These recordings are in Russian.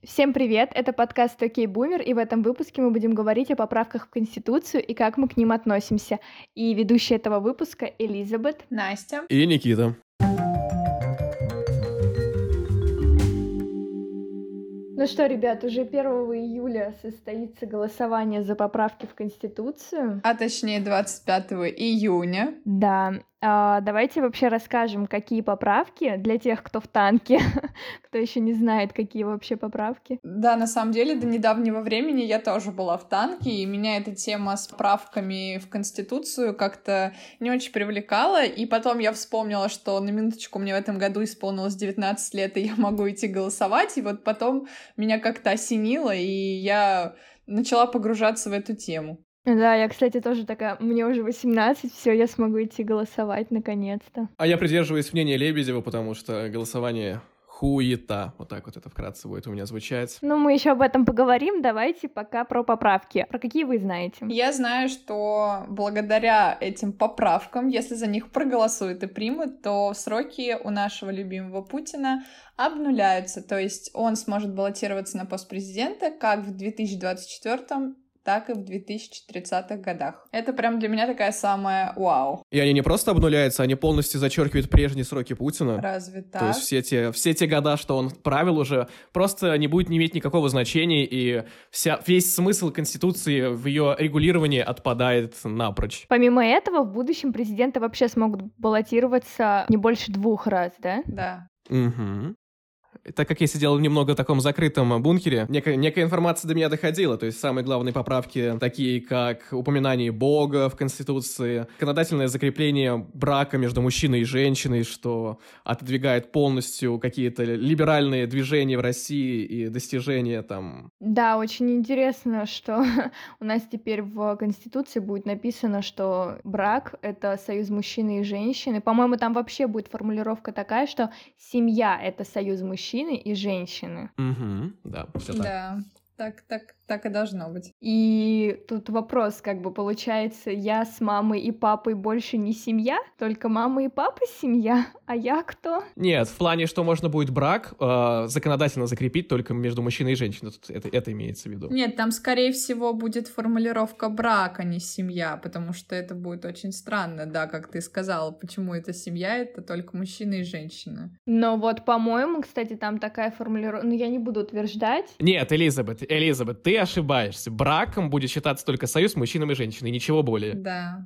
Всем привет! Это подкаст «Окей, Бумер», и в этом выпуске мы будем говорить о поправках в Конституцию и как мы к ним относимся. И ведущая этого выпуска Элизабет, Настя и Никита. Ну что, ребят, уже 1 июля состоится голосование за поправки в Конституцию. А точнее 25 июня. Да. Давайте вообще расскажем, какие поправки для тех, кто в танке, кто еще не знает, какие вообще поправки. Да, на самом деле, до недавнего времени я тоже была в танке, и меня эта тема с поправками в Конституцию как-то не очень привлекала, и потом я вспомнила, что на минуточку мне в этом году исполнилось 19 лет, и я могу идти голосовать, и вот потом меня как-то осенило, и я начала погружаться в эту тему. Да, я, кстати, тоже такая, мне уже 18, все, я смогу идти голосовать наконец-то. А я придерживаюсь мнения Лебедева, потому что голосование хуета. Вот так вот это вкратце будет у меня звучать. Ну, мы еще об этом поговорим, давайте пока про поправки. Про какие вы знаете? Я знаю, что благодаря этим поправкам, если за них проголосуют и примут, то сроки у нашего любимого Путина обнуляются. То есть он сможет баллотироваться на пост президента как в 2024, так и в 2030-х годах. Это прям для меня такая самая вау. И они не просто обнуляются, они полностью зачеркивают прежние сроки Путина. Разве так? То есть все те года, что он правил уже, просто не будет иметь никакого значения, и весь смысл Конституции в ее регулировании отпадает напрочь. Помимо этого, в будущем президенты вообще смогут баллотироваться не больше 2 раз, да? Да. Угу. Так как я сидел немного в таком закрытом бункере, некая информация до меня доходила, то есть самые главные поправки, такие как упоминание Бога в Конституции, законодательное закрепление брака между мужчиной и женщиной, что отодвигает полностью какие-то либеральные движения в России и достижения там. Да, очень интересно, что у нас теперь в Конституции будет написано, что брак — это союз мужчины и женщины. По-моему, там вообще будет формулировка такая, что семья — это союз мужчины и женщины. Угу, да, все так. Да, так и должно быть. И тут вопрос, как бы получается, я с мамой и папой больше не семья, только мама и папа семья, а я кто? Нет, в плане, что можно будет брак законодательно закрепить только между мужчиной и женщиной, тут это имеется в виду. Нет, там, скорее всего, будет формулировка брак, а не семья, потому что это будет очень странно, да, как ты сказала, почему это семья, это только мужчина и женщина. Но вот, по-моему, кстати, там такая формулировка, я не буду утверждать. Нет, Элизабет, ты ошибаешься. Браком будет считаться только союз мужчины и женщины, и ничего более. Да.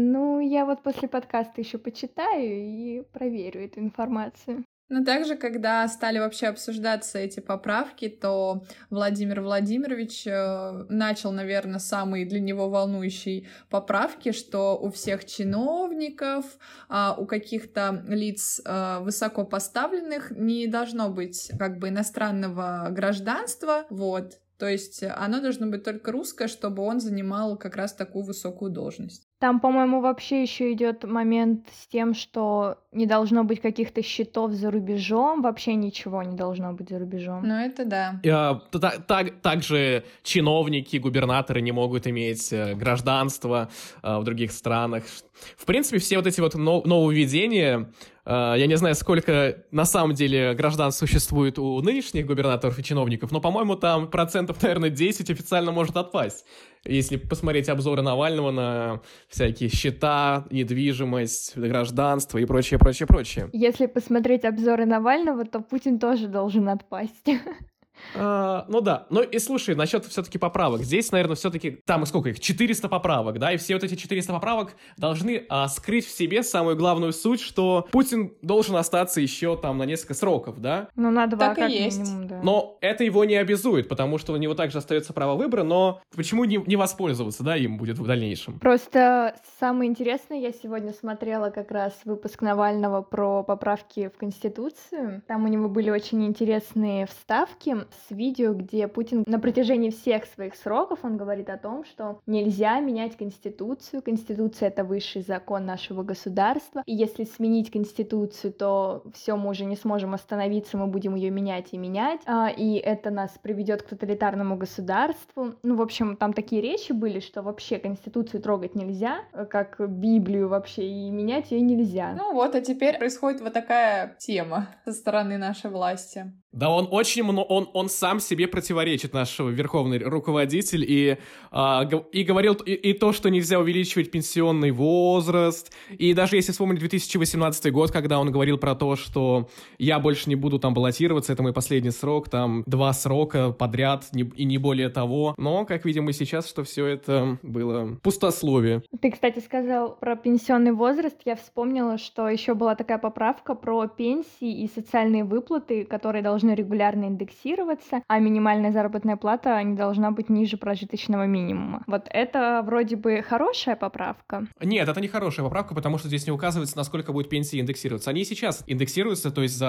Я вот после подкаста еще почитаю и проверю эту информацию. Но также, когда стали вообще обсуждаться эти поправки, то Владимир Владимирович начал, наверное, самые для него волнующие поправки, что у всех чиновников, у каких-то лиц высоко поставленных не должно быть как бы иностранного гражданства, вот. То есть оно должно быть только русское, чтобы он занимал как раз такую высокую должность. Там, по-моему, вообще еще идет момент с тем, что не должно быть каких-то счетов за рубежом, вообще ничего не должно быть за рубежом. Ну, это да. Также чиновники, губернаторы не могут иметь гражданство в других странах. В принципе, все вот эти вот нововведения, я не знаю, сколько на самом деле гражданств существует у нынешних губернаторов и чиновников, но, по-моему, там процентов, наверное, 10 официально может отпасть. Если посмотреть обзоры Навального на всякие счета, недвижимость, гражданство и прочее. Если посмотреть обзоры Навального, то Путин тоже должен отпасть. Ну да, ну и слушай, насчет все-таки поправок, здесь, наверное, все-таки, там сколько их, 400 поправок, да, и все вот эти 400 поправок должны скрыть в себе самую главную суть, что Путин должен остаться еще там на несколько сроков, да? Ну на 2 так как и есть. минимум, да. Но это его не обязует, потому что у него также остается право выбора, но почему не воспользоваться, да, им будет в дальнейшем? Просто самое интересное, я сегодня смотрела как раз выпуск Навального про поправки в Конституцию, там у него были очень интересные вставки с видео, где Путин на протяжении всех своих сроков, он говорит о том, что нельзя менять Конституцию. Конституция — это высший закон нашего государства. И если сменить Конституцию, то все, мы уже не сможем остановиться, мы будем ее менять и менять. И это нас приведет к тоталитарному государству. В общем, там такие речи были, что вообще Конституцию трогать нельзя, как Библию вообще, и менять ее нельзя. Ну вот, а теперь происходит вот такая тема со стороны нашей власти. Да, он очень он сам себе противоречит, наш верховный руководитель, и говорил и то, что нельзя увеличивать пенсионный возраст, и даже если вспомнить 2018 год, когда он говорил про то, что я больше не буду там баллотироваться, это мой последний срок, там 2 срока подряд, и не более того, но, как видим и сейчас, что все это было пустословие. Ты, кстати, сказал про пенсионный возраст, я вспомнила, что еще была такая поправка про пенсии и социальные выплаты, которые должны регулярно индексироваться, а минимальная заработная плата не должна быть ниже прожиточного минимума. Вот это вроде бы хорошая поправка. Нет, это не хорошая поправка, потому что здесь не указывается, насколько будет пенсии индексироваться. Они и сейчас индексируются, то есть за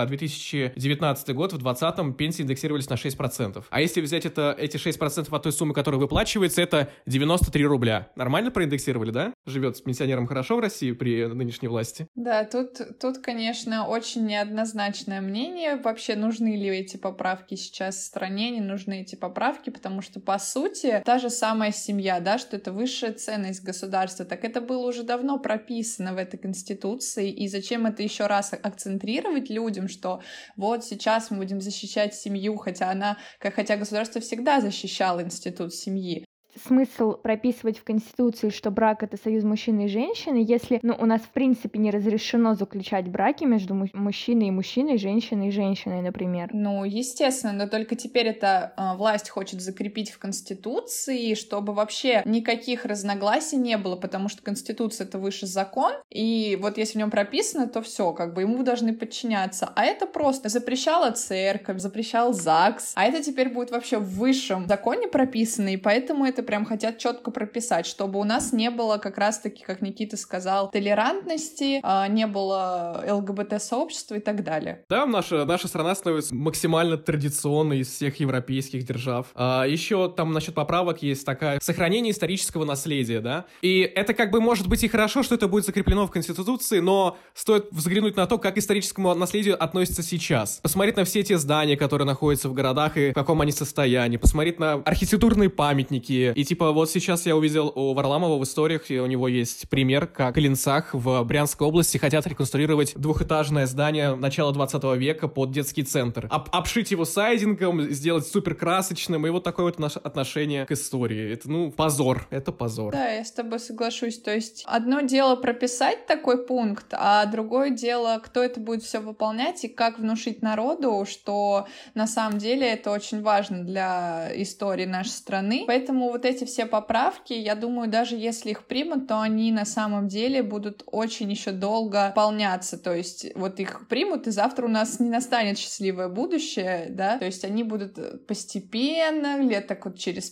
2019 год, в 2020 пенсии индексировались на 6%. А если взять эти 6% от той суммы, которая выплачивается, это 93 рубля. Нормально проиндексировали, да? Живет с пенсионером хорошо в России при нынешней власти? Да, тут, конечно, очень неоднозначное мнение. Вообще, нужны ли эти поправки сейчас в стране, не нужны эти поправки, потому что, по сути, та же самая семья, да, что это высшая ценность государства, так это было уже давно прописано в этой Конституции, и зачем это еще раз акцентрировать людям, что вот сейчас мы будем защищать семью, хотя государство всегда защищало институт семьи. Смысл прописывать в Конституции, что брак — это союз мужчины и женщины, если, у нас в принципе не разрешено заключать браки между мужчиной и мужчиной, женщиной и женщиной, например. Естественно, но только теперь эта власть хочет закрепить в Конституции, чтобы вообще никаких разногласий не было, потому что Конституция — это выше закон, и вот если в нем прописано, то все, ему должны подчиняться. А это просто запрещала церковь, запрещал ЗАГС, а это теперь будет вообще в высшем законе прописано, и поэтому это прям хотят четко прописать, чтобы у нас не было как раз-таки, как Никита сказал, толерантности, не было ЛГБТ-сообщества и так далее. Да, наша страна становится максимально традиционной из всех европейских держав. Еще там насчет поправок есть такая сохранение исторического наследия, да? И это может быть и хорошо, что это будет закреплено в Конституции, но стоит взглянуть на то, как к историческому наследию относится сейчас. Посмотреть на все те здания, которые находятся в городах и в каком они состоянии. Посмотреть на архитектурные памятники. И вот сейчас я увидел у Варламова в историях, и у него есть пример, как в Клинцах в Брянской области хотят реконструировать двухэтажное здание начала 20 века под детский центр. Обшить его сайдингом, сделать супер красочным, и вот такое вот наше отношение к истории. Это, позор. Это позор. Да, я с тобой соглашусь. То есть одно дело прописать такой пункт, а другое дело, кто это будет все выполнять и как внушить народу, что на самом деле это очень важно для истории нашей страны. Поэтому вот эти все поправки, я думаю, даже если их примут, то они на самом деле будут очень еще долго выполняться. То есть вот их примут, и завтра у нас не настанет счастливое будущее, да, то есть они будут постепенно, лет так вот через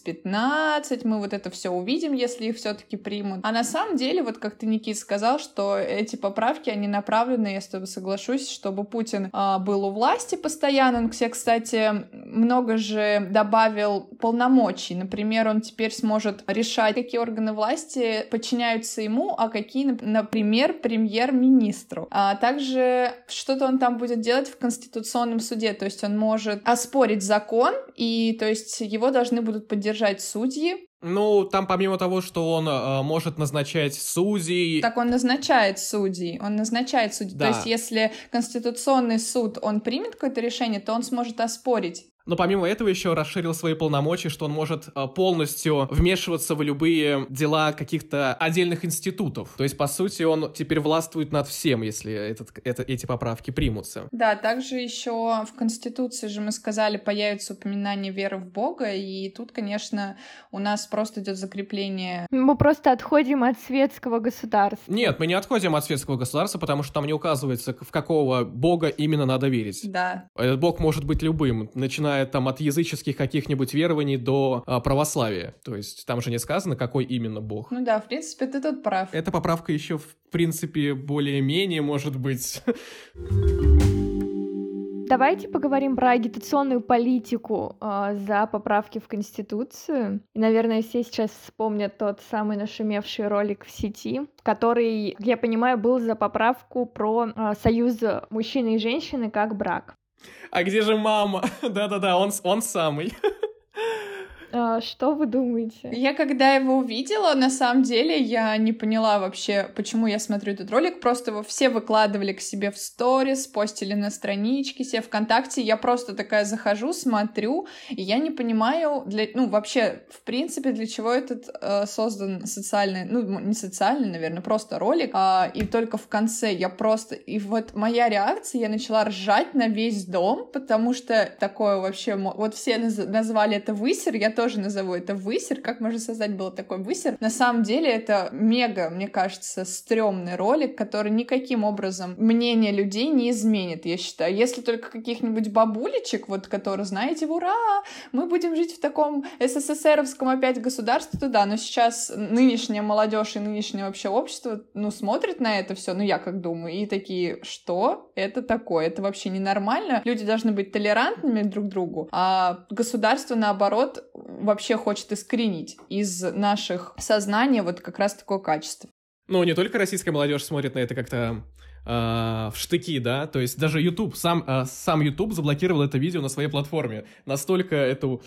15, мы вот это все увидим, если их все-таки примут. А на самом деле, вот как ты, Никит, сказал, что эти поправки, они направлены, я с тобой соглашусь, чтобы Путин был у власти постоянно. Он, кстати, много же добавил полномочий. Например, он теперь сможет решать, какие органы власти подчиняются ему, а какие, например, премьер-министру. А также что-то он там будет делать в Конституционном суде, то есть он может оспорить закон, и то есть его должны будут поддержать судьи. Там помимо того, что он может назначать судей... Так он назначает судей. Да. То есть если Конституционный суд, он примет какое-то решение, то он сможет оспорить. Но помимо этого еще расширил свои полномочия, что он может полностью вмешиваться в любые дела каких-то отдельных институтов. То есть, по сути, он теперь властвует над всем, если эти поправки примутся. Да, также еще в Конституции же мы сказали, появится упоминание веры в Бога, и тут, конечно, у нас просто идет закрепление. Мы просто отходим от светского государства. Нет, мы не отходим от светского государства, потому что там не указывается, в какого Бога именно надо верить. Да. Этот Бог может быть любым, начиная там от языческих каких-нибудь верований до православия. То есть там же не сказано, какой именно Бог. Да, в принципе, ты тут прав. Эта поправка еще, в принципе, более-менее может быть. Давайте поговорим про агитационную политику за поправки в Конституцию. И, наверное, все сейчас вспомнят тот самый нашумевший ролик в сети, который, как я понимаю, был за поправку про союз мужчины и женщины как брак. А где же мама? Да-да-да, он самый. Что вы думаете? Я когда его увидела, на самом деле, я не поняла вообще, почему я смотрю этот ролик. Просто его все выкладывали к себе в сторис, постили на страничке, себе ВКонтакте. Я просто такая захожу, смотрю, и я не понимаю, вообще, в принципе, для чего этот создан социальный, не социальный, наверное, просто ролик. И только в конце и вот моя реакция, я начала ржать на весь дом, потому что такое вообще, вот все назвали это высер, я тоже назову это высер. Как можно создать было такой высер? На самом деле это мега, мне кажется, стрёмный ролик, который никаким образом мнение людей не изменит, я считаю. Если только каких-нибудь бабулечек, вот, которые, знаете, ура, мы будем жить в таком СССРовском опять государстве, то да, но сейчас нынешняя молодежь и нынешнее вообще общество, смотрит на это все, я как думаю, и такие, что это такое? Это вообще ненормально. Люди должны быть толерантными друг к другу, а государство, наоборот, вообще хочет искоренить из наших сознаний вот как раз такое качество. Не только российская молодежь смотрит на это как-то в штыки, да, то есть даже YouTube, сам YouTube заблокировал это видео на своей платформе. Настолько это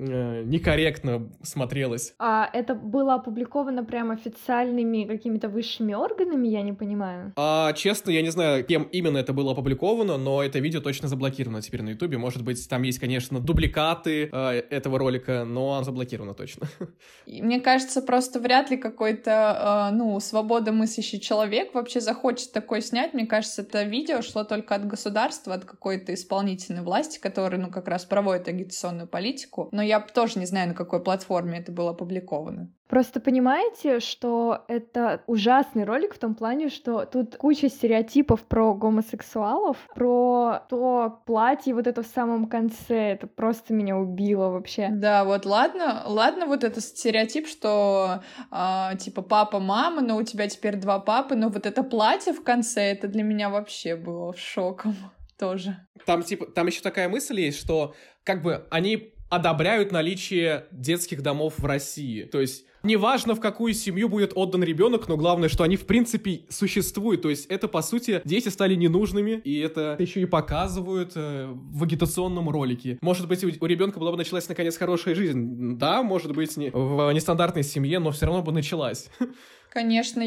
некорректно смотрелось. А это было опубликовано прям официальными какими-то высшими органами, я не понимаю. Честно, я не знаю, кем именно это было опубликовано, но это видео точно заблокировано теперь на YouTube. Может быть, там есть, конечно, дубликаты этого ролика, но оно заблокировано точно. Мне кажется, просто вряд ли какой-то, свободомыслящий человек вообще захочет такое снять. Мне кажется, это видео шло только от государства, от какой-то исполнительной власти, которая, как раз проводит агитационную политику. Но я тоже не знаю, на какой платформе это было опубликовано. Просто понимаете, что это ужасный ролик в том плане, что тут куча стереотипов про гомосексуалов, про то платье вот это в самом конце, это просто меня убило вообще. Да, вот ладно, вот этот стереотип, что типа папа, мама, но у тебя теперь 2 папы, но вот это платье в конце, это для меня вообще было шоком тоже. Там еще такая мысль есть, что как бы они одобряют наличие детских домов в России. То есть неважно, в какую семью будет отдан ребенок, но главное, что они в принципе существуют. То есть это, по сути, дети стали ненужными, и это еще и показывают в агитационном ролике. Может быть, у ребенка была бы началась наконец хорошая жизнь. Да, может быть, в нестандартной семье, но все равно бы началась. Конечно,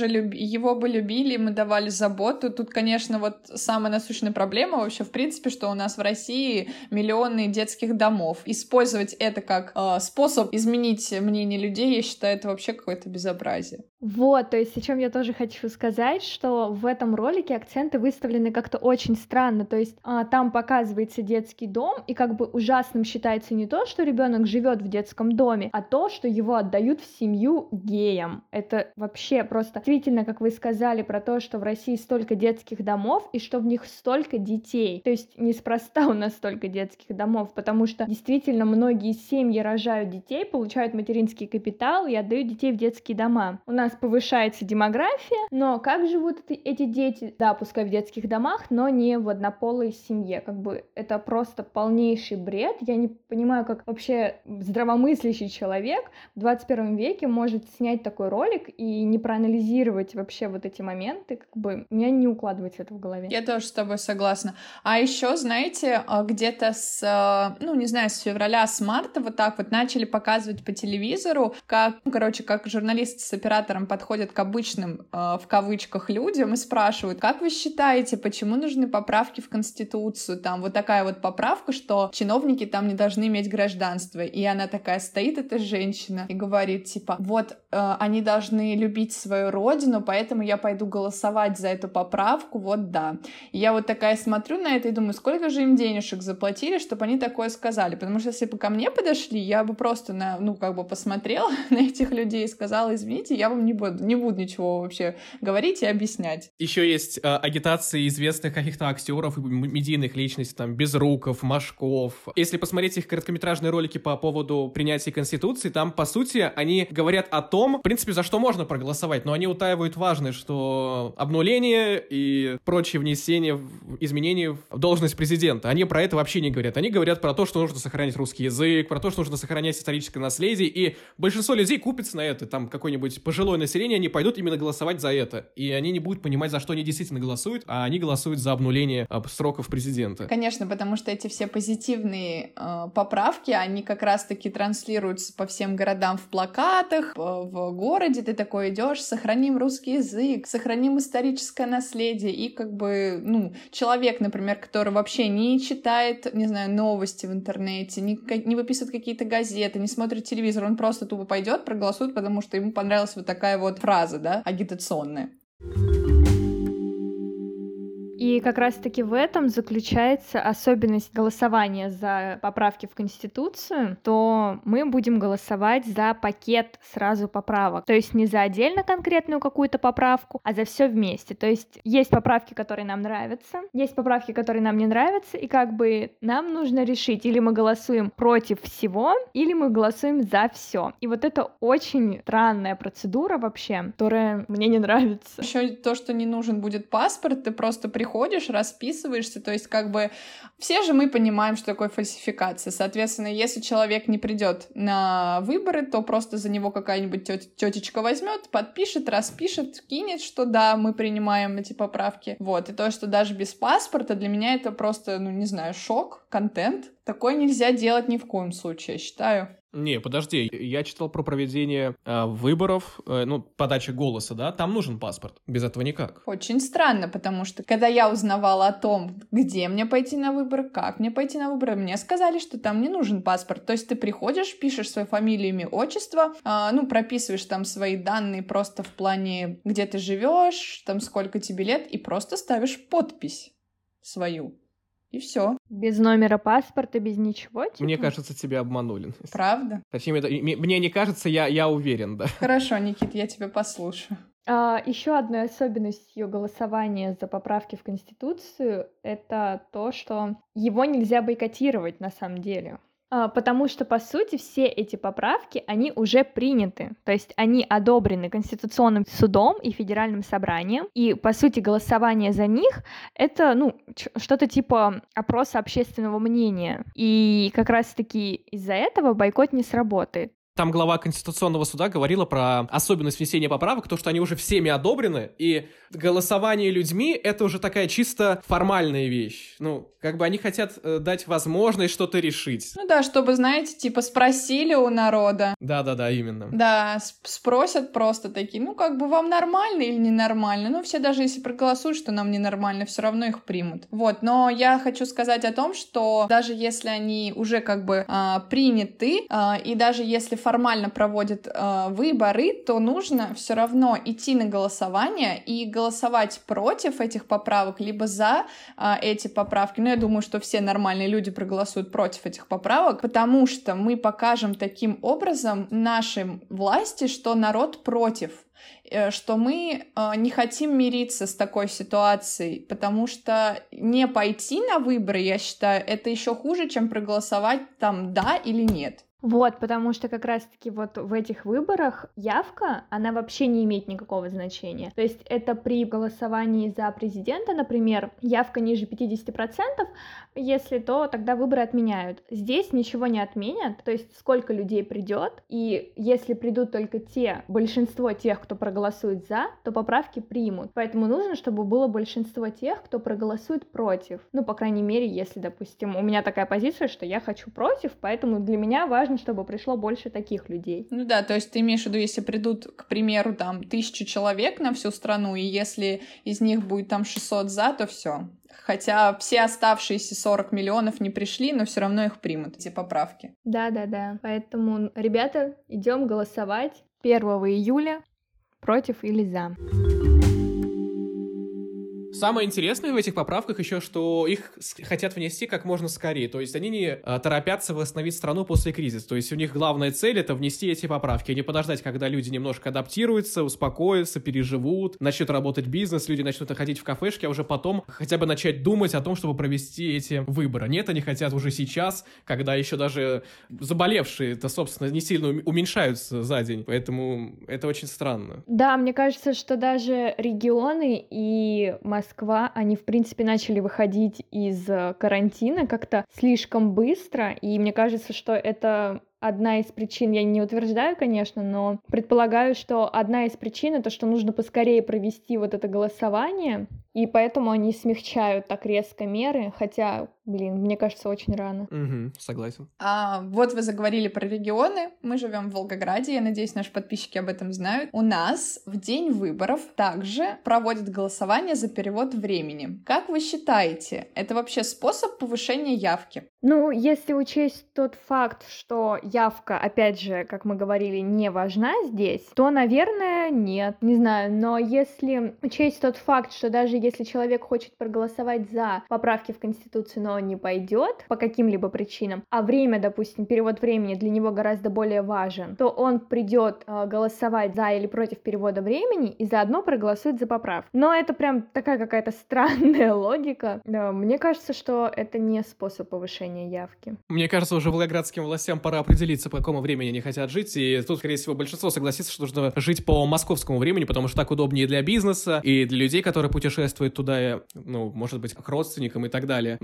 его бы любили, мы давали заботу. Тут, конечно, вот самая насущная проблема вообще, в принципе, что у нас в России миллионы детских домов. Использовать это как способ изменить мнение людей, я считаю, это вообще какое-то безобразие. Вот, то есть о чем я тоже хочу сказать, что в этом ролике акценты выставлены как-то очень странно, то есть там показывается детский дом, и как бы ужасным считается не то, что ребенок живет в детском доме, а то, что его отдают в семью геям. Это вообще просто действительно, как вы сказали, про то, что в России столько детских домов, и что в них столько детей. То есть неспроста у нас столько детских домов, потому что действительно многие семьи рожают детей, получают материнский капитал и отдают детей в детские дома. У нас повышается демография, но как живут эти дети? Да, пускай в детских домах, но не в однополой семье. Как бы это просто полнейший бред. Я не понимаю, как вообще здравомыслящий человек в 21 веке может снять такой ролик и не проанализировать вообще вот эти моменты. Как бы у меня не укладывается это в голове. Я тоже с тобой согласна. А еще, знаете, где-то с февраля, с марта вот так вот начали показывать по телевизору, как журналисты с оператором подходят к обычным, в кавычках, людям и спрашивают, как вы считаете, почему нужны поправки в Конституцию? Там вот такая вот поправка, что чиновники там не должны иметь гражданство. И она такая стоит, эта женщина, и говорит, типа, вот они должны любить свою родину, поэтому я пойду голосовать за эту поправку, вот да. И я вот такая смотрю на это и думаю, сколько же им денежек заплатили, чтобы они такое сказали? Потому что если бы ко мне подошли, я бы просто посмотрела на этих людей и сказала, извините, я вам не буду ничего вообще говорить и объяснять. Еще есть агитации известных каких-то актеров и медийных личностей, там, Безруков, Машков. Если посмотреть их короткометражные ролики по поводу принятия Конституции, там, по сути, они говорят о том, в принципе, за что можно проголосовать, но они утаивают важное, что обнуление и прочие внесения изменений в должность президента, они про это вообще не говорят. Они говорят про то, что нужно сохранять русский язык, про то, что нужно сохранять историческое наследие, и большинство людей купится на это. Там какой-нибудь пожилой населения, они пойдут именно голосовать за это. И они не будут понимать, за что они действительно голосуют, а они голосуют за обнуление сроков президента. Конечно, потому что эти все позитивные поправки, они как раз-таки транслируются по всем городам в плакатах, в городе ты такой идешь, сохраним русский язык, сохраним историческое наследие, и как бы, ну, человек, например, который вообще не читает, не знаю, новости в интернете, не выписывает какие-то газеты, не смотрит телевизор, он просто тупо пойдет, проголосует, потому что ему понравилась вот такая вот фраза, да, агитационная. И как раз-таки в этом заключается особенность голосования за поправки в Конституцию, то мы будем голосовать за пакет сразу поправок. То есть не за отдельно конкретную какую-то поправку, а за все вместе. То есть есть поправки, которые нам нравятся, есть поправки, которые нам не нравятся, и как бы нам нужно решить, или мы голосуем против всего, или мы голосуем за все. И вот это очень странная процедура вообще, которая мне не нравится. Еще то, что не нужен будет паспорт, ты просто приходишь, расписываешься, то есть как бы все же мы понимаем, что такое фальсификация. Соответственно, если человек не придет на выборы, то просто за него какая-нибудь тетечка возьмет, подпишет, распишет, кинет, что да, мы принимаем эти поправки. Вот, и то, что даже без паспорта, для меня это просто, ну не знаю, шок, контент. Такое нельзя делать ни в коем случае, я считаю. Не, подожди, я читал про проведение выборов, подачи голоса, да, там нужен паспорт, без этого никак. Очень странно, потому что когда я узнавала о том, где мне пойти на выборы, как мне пойти на выборы, мне сказали, что там не нужен паспорт. То есть ты приходишь, пишешь свою фамилию, имя, отчество, прописываешь там свои данные просто в плане, где ты живешь, там сколько тебе лет, и просто ставишь подпись свою. И все. Без номера паспорта, без ничего? Типа? Мне кажется, тебя обманули. Правда? Точнее, мне не кажется, я уверен, да. Хорошо, Никит, я тебя послушаю. Еще одной особенностью голосования за поправки в Конституцию это то, что его нельзя бойкотировать на самом деле. Потому что, по сути, все эти поправки, они уже приняты. То есть они одобрены Конституционным судом и Федеральным собранием. И, по сути, голосование за них — это, что-то типа опроса общественного мнения. И как раз-таки из-за этого бойкот не сработает. Там глава Конституционного суда говорила про особенность внесения поправок, то, что они уже всеми одобрены, и голосование людьми — это уже такая чисто формальная вещь. Они хотят дать возможность что-то решить. Чтобы, знаете, типа спросили у народа. Да, именно. Да, спросят просто такие, вам нормально или ненормально? Все даже если проголосуют, что нам ненормально, все равно их примут. Вот, но я хочу сказать о том, что даже если они уже приняты, и даже если формально проводят выборы, то нужно все равно идти на голосование и голосовать против этих поправок, либо за эти поправки. Я думаю, что все нормальные люди проголосуют против этих поправок, потому что мы покажем таким образом нашей власти, что народ против, что мы не хотим мириться с такой ситуацией, потому что не пойти на выборы, я считаю, это еще хуже, чем проголосовать там да или нет. Вот, потому что как раз-таки вот в этих выборах явка, она вообще не имеет никакого значения. То есть это при голосовании за президента, например, явка ниже 50%, если то, тогда выборы отменяют. Здесь ничего не отменят, то есть сколько людей придет, и если придут только большинство тех, кто проголосует за, то поправки примут. Поэтому нужно, чтобы было большинство тех, кто проголосует против. По крайней мере, если, допустим, у меня такая позиция, что я хочу против, поэтому для меня важно, чтобы пришло больше таких людей. То есть ты имеешь в виду, если придут, к примеру, 1000 человек на всю страну, и если из них будет 600 за, то все. Хотя все оставшиеся 40 миллионов не пришли, но все равно их примут, эти поправки. Да. Поэтому, ребята, идем голосовать 1 июля против или за. Самое интересное в этих поправках еще, что их хотят внести как можно скорее. То есть они не торопятся восстановить страну после кризиса. То есть у них главная цель — это внести эти поправки, а не подождать, когда люди немножко адаптируются, успокоятся, переживут, начнет работать бизнес, люди начнут ходить в кафешки, а уже потом хотя бы начать думать о том, чтобы провести эти выборы. Нет, они хотят уже сейчас, когда еще даже заболевшие-то, собственно, не сильно уменьшаются за день. Поэтому это очень странно. Да, мне кажется, что даже регионы и Москва, они, в принципе, начали выходить из карантина как-то слишком быстро, и мне кажется, что это одна из причин, я не утверждаю, конечно, но предполагаю, что одна из причин — это что нужно поскорее провести вот это голосование, и поэтому они смягчают так резко меры, хотя, мне кажется, очень рано. Согласен. Вот вы заговорили про регионы. Мы живем в Волгограде, я надеюсь, наши подписчики об этом знают. У нас в день выборов также проводят голосование за перевод времени. Как вы считаете, это вообще способ повышения явки? Если учесть тот факт, что явка, опять же, как мы говорили, не важна здесь, то, наверное, нет, не знаю. Но если учесть тот факт, что даже если человек хочет проголосовать за поправки в Конституцию, но он не пойдет по каким-либо причинам, а время, допустим, перевод времени для него гораздо более важен, то он придет голосовать за или против перевода времени и заодно проголосует за поправку. Но это прям такая какая-то странная логика. Да, мне кажется, что это не способ повышения явки. Мне кажется, уже волгоградским властям пора определиться, по какому времени они хотят жить, и тут, скорее всего, большинство согласится, что нужно жить по московскому времени, потому что так удобнее для бизнеса, и для людей, которые путешествуют туда, может быть, к родственникам и так далее.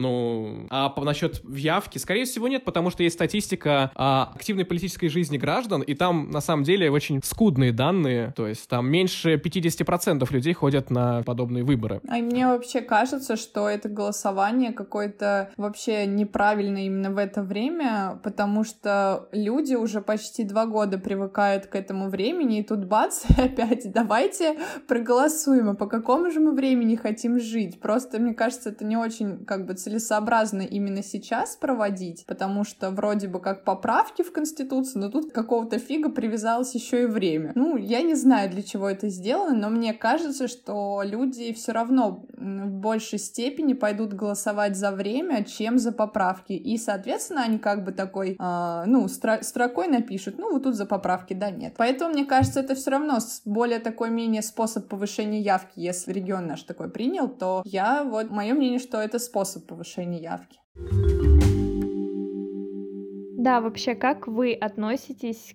Насчет явки, скорее всего, нет, потому что есть статистика о активной политической жизни граждан, и там, на самом деле, очень скудные данные, то есть там меньше 50% людей ходят на подобные выборы. А мне вообще кажется, что это голосование какое-то вообще неправильное именно в это время, потому что люди уже почти 2 года привыкают к этому времени, и тут бац, опять давайте проголосуем, а по какому же мы времени хотим жить? Просто, мне кажется, это не очень целесообразно именно сейчас проводить, потому что вроде бы как поправки в Конституцию, но тут какого-то фига привязалось еще и время. Я не знаю, для чего это сделано, но мне кажется, что люди все равно в большей степени пойдут голосовать за время, чем за поправки. И, соответственно, они такой, строкой напишут, вот тут за поправки, да, нет. Поэтому, мне кажется, это все равно более такой менее способ повышения явки. Если регион наш такой принял, то мое мнение, что это способ повышения явки. Да, вообще, как вы относитесь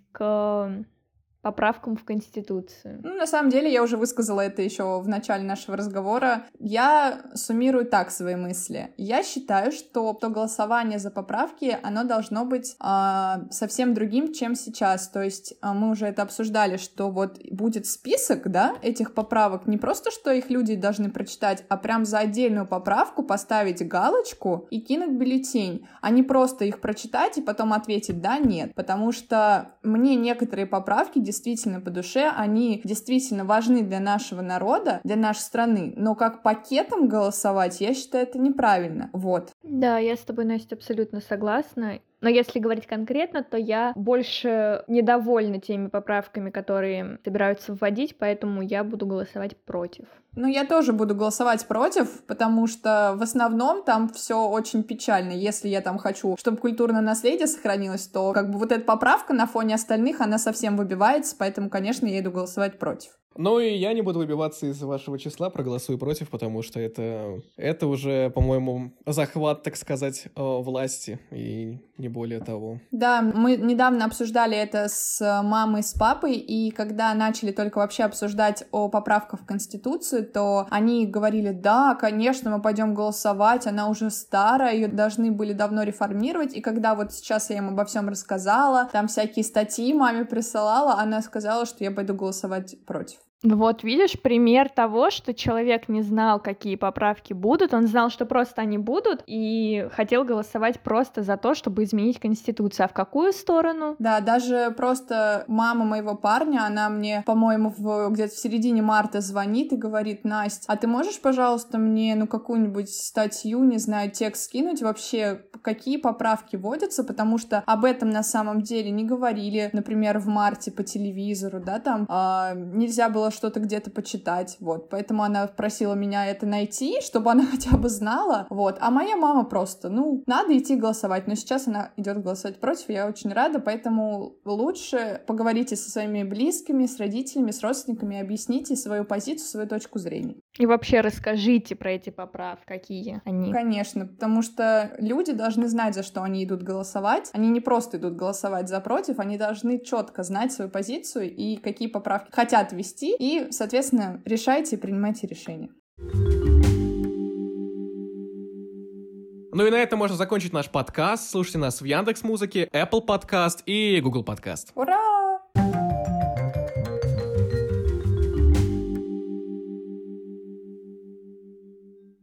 к поправкам в Конституцию? На самом деле, я уже высказала это еще в начале нашего разговора. Я суммирую так свои мысли. Я считаю, что то голосование за поправки, оно должно быть совсем другим, чем сейчас. То есть мы уже это обсуждали, что будет список, да, этих поправок. Не просто, что их люди должны прочитать, а прям за отдельную поправку поставить галочку и кинуть бюллетень, а не просто их прочитать и потом ответить «да», «нет». Потому что мне некоторые поправки действительно по душе, они действительно важны для нашего народа, для нашей страны, но как пакетом голосовать, я считаю, это неправильно. Да, я с тобой, Настя, абсолютно согласна. Но если говорить конкретно, то я больше недовольна теми поправками, которые собираются вводить, поэтому я буду голосовать против. Я тоже буду голосовать против, потому что в основном там все очень печально. Если я там хочу, чтобы культурное наследие сохранилось, то эта поправка на фоне остальных, она совсем выбивается, поэтому, конечно, я иду голосовать против. И я не буду выбиваться из вашего числа, проголосую против, потому что это уже, по-моему, захват, так сказать, власти, и не более того. Да, мы недавно обсуждали это с мамой, с папой, и когда начали только вообще обсуждать о поправках в Конституцию, то они говорили: да, конечно, мы пойдем голосовать, она уже старая, ее должны были давно реформировать, и когда сейчас я им обо всем рассказала, там всякие статьи маме присылала, она сказала, что я пойду голосовать против. Видишь, пример того, что человек не знал, какие поправки будут, он знал, что просто они будут, и хотел голосовать просто за то, чтобы изменить Конституцию. А в какую сторону? Да, даже просто мама моего парня, она мне, по-моему, где-то в середине марта звонит и говорит: Настя, а ты можешь, пожалуйста, мне, какую-нибудь статью, не знаю, текст скинуть, вообще, какие поправки вводятся, потому что об этом на самом деле не говорили, например, в марте по телевизору, да, там нельзя было что-то где-то почитать, поэтому она просила меня это найти, чтобы она хотя бы знала, а моя мама просто, надо идти голосовать, но сейчас она идет голосовать против, я очень рада, поэтому лучше поговорите со своими близкими, с родителями, с родственниками, объясните свою позицию, свою точку зрения. И вообще расскажите про эти поправки, какие они. Конечно, потому что люди должны знать, за что они идут голосовать, они не просто идут голосовать за против, они должны четко знать свою позицию и какие поправки хотят ввести, и, соответственно, решайте и принимайте решения. Ну и на этом можно закончить наш подкаст. Слушайте нас в Яндекс.Музыке, Apple Podcast и Google Podcast. Ура!